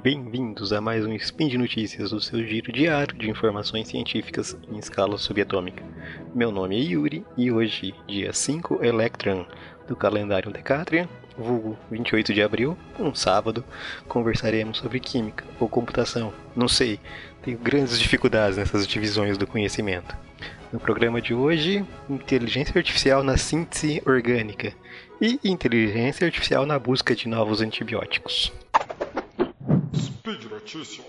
Bem-vindos a mais um Spin de Notícias, o seu giro diário de informações científicas em escala subatômica. Meu nome é Yuri e hoje, dia 5 Electran, do calendário Decatrian, vulgo 28 de abril, um sábado, conversaremos sobre química ou computação. Não sei, tenho grandes dificuldades nessas divisões do conhecimento. No programa de hoje, inteligência artificial na síntese orgânica e inteligência artificial na busca de novos antibióticos. Speed Notícias.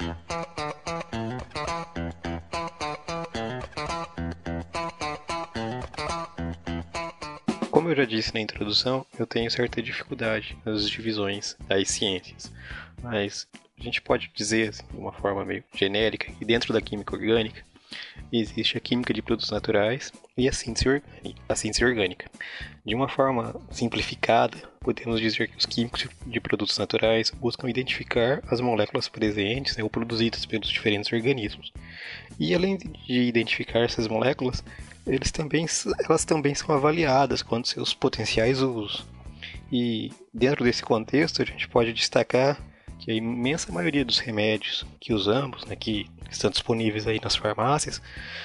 Como eu já disse na introdução, eu tenho certa dificuldade nas divisões das ciências, mas a gente pode dizer, assim, de uma forma meio genérica, que dentro da química orgânica existe a química de produtos naturais e a síntese orgânica. De uma forma simplificada, podemos dizer que os químicos de produtos naturais buscam identificar as moléculas presentes, ou produzidas pelos diferentes organismos. E além de identificar essas moléculas, elas também são avaliadas quanto seus potenciais usos. E dentro desse contexto, a gente pode destacar que a imensa maioria dos remédios que usamos, que estão disponíveis aí nas farmácias,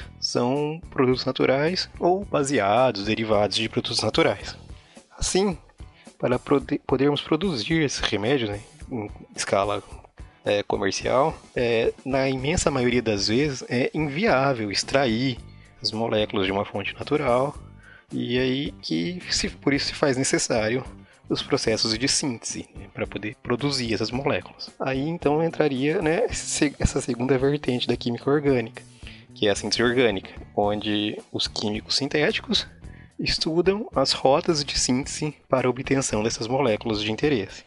são produtos naturais ou baseados, derivados de produtos naturais. Assim, para podermos produzir esse remédio em escala comercial, na imensa maioria das vezes é inviável extrair as moléculas de uma fonte natural, e aí por isso se faz necessário os processos de síntese, para poder produzir essas moléculas. Aí então entraria essa segunda vertente da química orgânica, que é a síntese orgânica, onde os químicos sintéticos estudam as rotas de síntese para a obtenção dessas moléculas de interesse.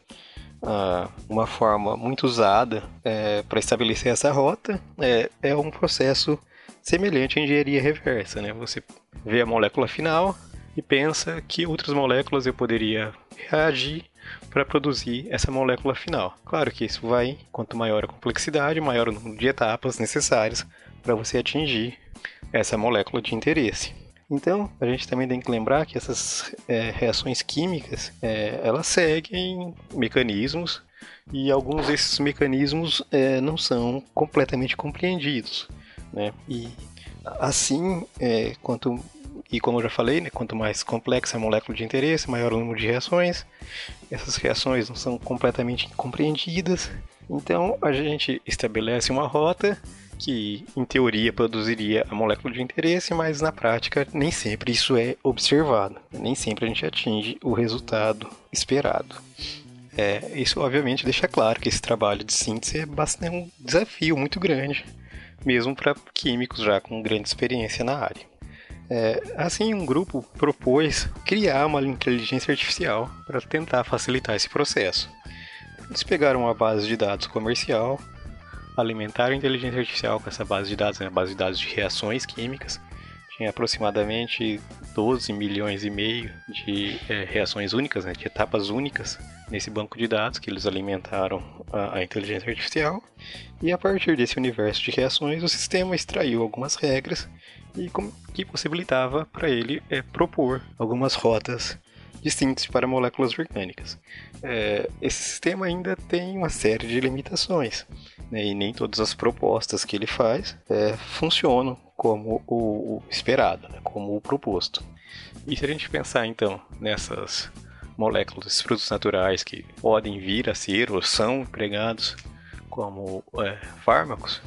Uma forma muito usada para estabelecer essa rota é um processo semelhante à engenharia reversa. Você vê a molécula final e pensa que outras moléculas eu poderia reagir para produzir essa molécula final. Claro que isso vai, quanto maior a complexidade, maior o número de etapas necessárias para você atingir essa molécula de interesse. Então, a gente também tem que lembrar que essas reações químicas, elas seguem mecanismos, e alguns desses mecanismos não são completamente compreendidos. E assim, como eu já falei, quanto mais complexa a molécula de interesse, maior o número de reações. Essas reações não são completamente compreendidas. Então, a gente estabelece uma rota que, em teoria, produziria a molécula de interesse, mas na prática nem sempre isso é observado. Nem sempre a gente atinge o resultado esperado. Isso, obviamente, deixa claro que esse trabalho de síntese é um desafio muito grande, mesmo para químicos já com grande experiência na área. Assim, um grupo propôs criar uma inteligência artificial para tentar facilitar esse processo. Eles pegaram uma base de dados comercial, alimentaram a inteligência artificial com essa base de dados, a base de dados de reações químicas. Tinha aproximadamente 12 milhões e meio de reações únicas, de etapas únicas nesse banco de dados que eles alimentaram a inteligência artificial. E a partir desse universo de reações, o sistema extraiu algumas regras que possibilitava para ele propor algumas rotas de síntese para moléculas orgânicas. Esse sistema ainda tem uma série de limitações, e nem todas as propostas que ele faz funcionam como o esperado, como o proposto. E se a gente pensar então nessas moléculas, esses produtos naturais que podem vir a ser ou são empregados como fármacos,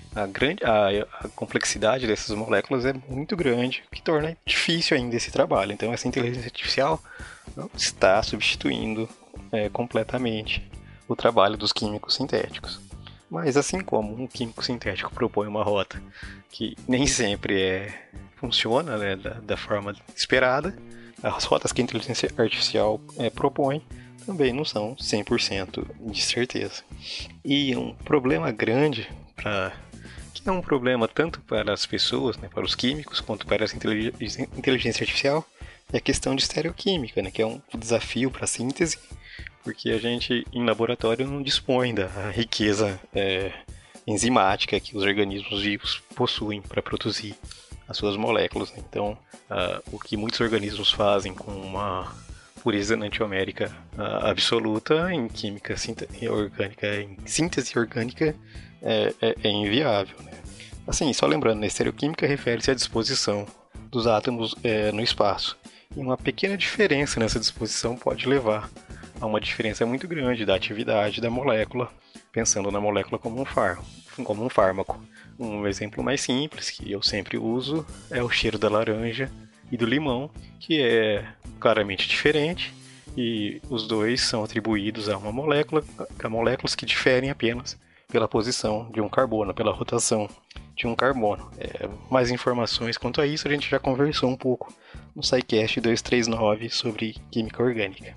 a complexidade dessas moléculas é muito grande, o que torna difícil ainda esse trabalho. Então essa inteligência artificial não está substituindo completamente o trabalho dos químicos sintéticos. Mas assim como um químico sintético propõe uma rota que nem sempre funciona da forma esperada, as rotas que a inteligência artificial propõe também não são 100% de certeza. E um problema grande, que é um problema tanto para as pessoas, para os químicos, quanto para essa inteligência artificial, é a questão de estereoquímica, que é um desafio para a síntese, porque a gente em laboratório não dispõe da riqueza enzimática que os organismos vivos possuem para produzir as suas moléculas. Então, o que muitos organismos fazem com uma pureza enantiomérica absoluta em química orgânica, em síntese orgânica, é inviável, né? Assim, só lembrando, né, estereoquímica refere-se à disposição dos átomos no espaço. E uma pequena diferença nessa disposição pode levar a uma diferença muito grande da atividade da molécula, pensando na molécula como um fármaco. Um exemplo mais simples, que eu sempre uso, é o cheiro da laranja e do limão, que é claramente diferente, e os dois são atribuídos a moléculas que diferem apenas pela posição de um carbono, pela rotação de um carbono. Mais informações quanto a isso a gente já conversou um pouco no SciCast 239 sobre química orgânica.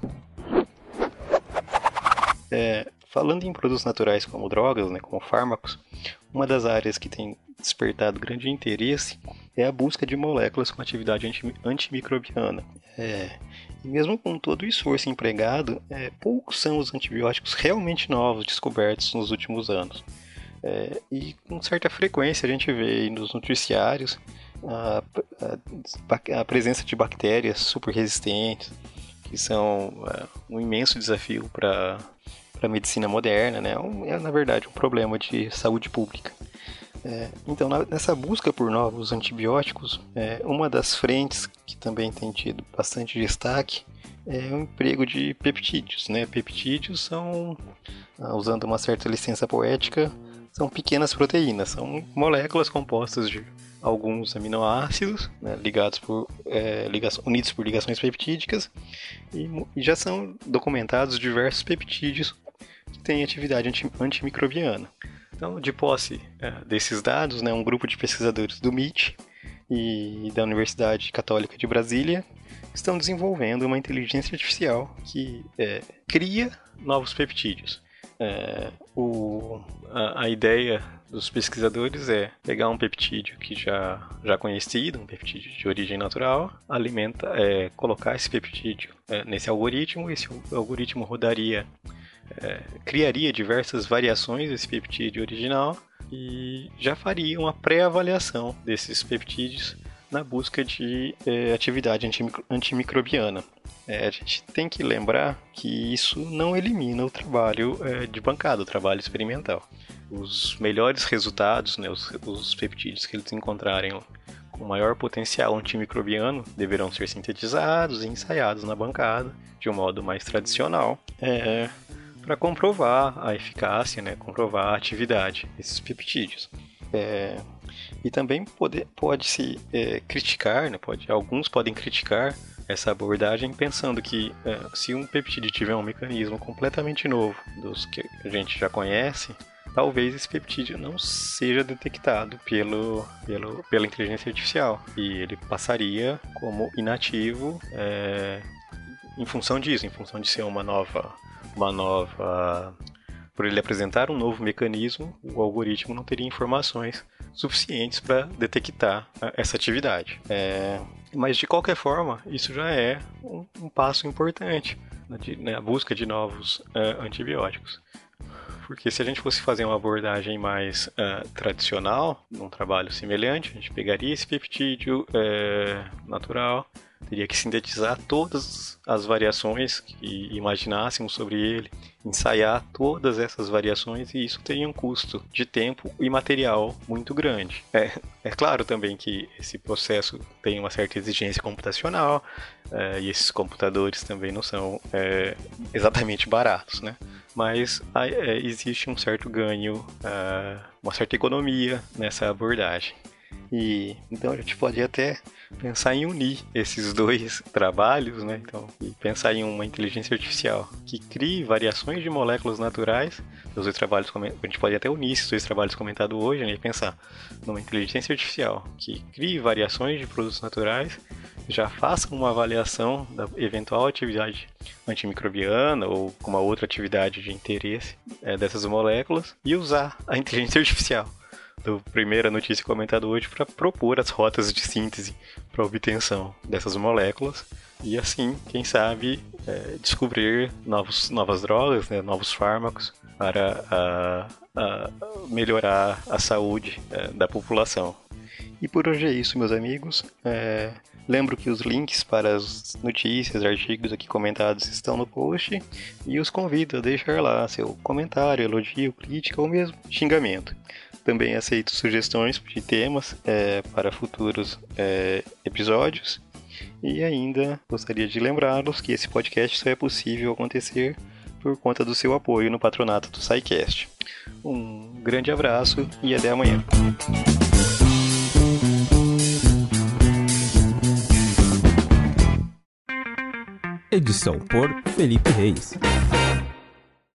Falando em produtos naturais como drogas, né, como fármacos, uma das áreas que tem despertado grande interesse é a busca de moléculas com atividade antimicrobiana. E mesmo com todo o esforço empregado, poucos são os antibióticos realmente novos descobertos nos últimos anos. E com certa frequência a gente vê nos noticiários a presença de bactérias super resistentes, que são um imenso desafio para a medicina moderna, né? Na verdade, um problema de saúde pública. Então, nessa busca por novos antibióticos, uma das frentes que também tem tido bastante destaque é o emprego de peptídeos, né? Peptídeos são, usando uma certa licença poética, são pequenas proteínas, são moléculas compostas de alguns aminoácidos, né, unidos por ligações peptídicas, e já são documentados diversos peptídeos que têm atividade antimicrobiana. Então, de posse desses dados, né, um grupo de pesquisadores do MIT e da Universidade Católica de Brasília estão desenvolvendo uma inteligência artificial que cria novos peptídeos. A ideia dos pesquisadores é pegar um peptídeo que já conhecido, um peptídeo de origem natural, colocar esse peptídeo nesse algoritmo. Esse algoritmo criaria diversas variações desse peptídeo original e já faria uma pré-avaliação desses peptídeos na busca de atividade antimicrobiana. A gente tem que lembrar que isso não elimina o trabalho de bancada, o trabalho experimental. Os melhores resultados, né, os peptídeos que eles encontrarem com maior potencial antimicrobiano deverão ser sintetizados e ensaiados na bancada de um modo mais tradicional, para comprovar a eficácia, né, comprovar a atividade desses peptídeos. E também pode-se criticar, né, alguns podem criticar essa abordagem pensando que se um peptídeo tiver um mecanismo completamente novo dos que a gente já conhece, talvez esse peptídeo não seja detectado pela inteligência artificial e ele passaria como inativo em função disso, em função de ser uma nova por ele apresentar um novo mecanismo, o algoritmo não teria informações suficientes para detectar essa atividade. Mas de qualquer forma, isso já é um passo importante na busca de novos antibióticos. Porque se a gente fosse fazer uma abordagem mais tradicional, num trabalho semelhante, a gente pegaria esse peptídeo natural, teria que sintetizar todas as variações que imaginássemos sobre ele, ensaiar todas essas variações, e isso teria um custo de tempo e material muito grande. É claro também que esse processo tem uma certa exigência computacional, e esses computadores também não são exatamente baratos, né? Mas existe um certo ganho, uma certa economia nessa abordagem. E então a gente pode até pensar em unir esses dois trabalhos, né? Então, e pensar em uma inteligência artificial que crie variações de moléculas naturais. Os dois trabalhos, a gente pode até unir esses dois trabalhos comentados hoje, né? E pensar numa inteligência artificial que crie variações de produtos naturais, já faça uma avaliação da eventual atividade antimicrobiana ou com uma outra atividade de interesse dessas moléculas e usar a inteligência artificial da primeira notícia comentada hoje para propor as rotas de síntese para obtenção dessas moléculas e assim, quem sabe, descobrir novas drogas, né, novos fármacos para melhorar a saúde da população. E por hoje é isso, meus amigos. Lembro que os links para as notícias, artigos aqui comentados estão no post e os convido a deixar lá seu comentário, elogio, crítica ou mesmo xingamento. Também aceito sugestões de temas para futuros episódios. E ainda gostaria de lembrá-los que esse podcast só é possível acontecer por conta do seu apoio no patronato do SciCast. Um grande abraço e até amanhã. Edição por Felipe Reis.